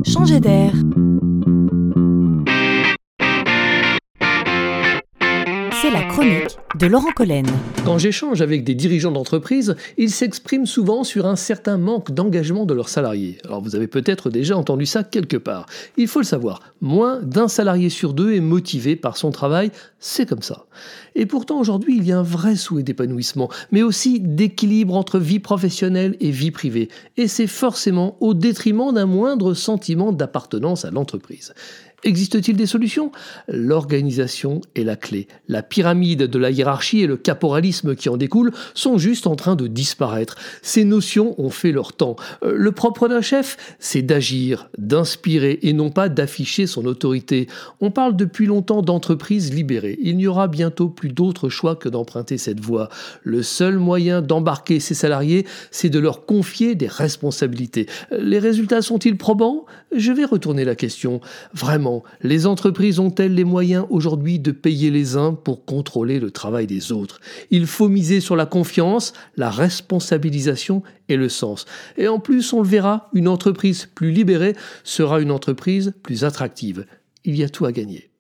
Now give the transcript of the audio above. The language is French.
Changer d'air. C'est la chronique de Laurent Collen. Quand j'échange avec des dirigeants d'entreprise, ils s'expriment souvent sur un certain manque d'engagement de leurs salariés. Alors vous avez peut-être déjà entendu ça quelque part. Il faut le savoir, moins d'un salarié sur deux est motivé par son travail, c'est comme ça. Et pourtant aujourd'hui, il y a un vrai souhait d'épanouissement, mais aussi d'équilibre entre vie professionnelle et vie privée. Et c'est forcément au détriment d'un moindre sentiment d'appartenance à l'entreprise. Existe-t-il des solutions ? L'organisation est la clé. La pyramide de la hiérarchie et le caporalisme qui en découle sont juste en train de disparaître. Ces notions ont fait leur temps. Le propre d'un chef, c'est d'agir, d'inspirer et non pas d'afficher son autorité. On parle depuis longtemps d'entreprise libérée. Il n'y aura bientôt plus d'autre choix que d'emprunter cette voie. Le seul moyen d'embarquer ses salariés, c'est de leur confier des responsabilités. Les résultats sont-ils probants ? Je vais retourner la question. Vraiment, les entreprises ont-elles les moyens aujourd'hui de payer les uns pour contrôler le travail des autres ? Il faut miser sur la confiance, la responsabilisation et le sens. Et en plus, on le verra, une entreprise plus libérée sera une entreprise plus attractive. Il y a tout à gagner.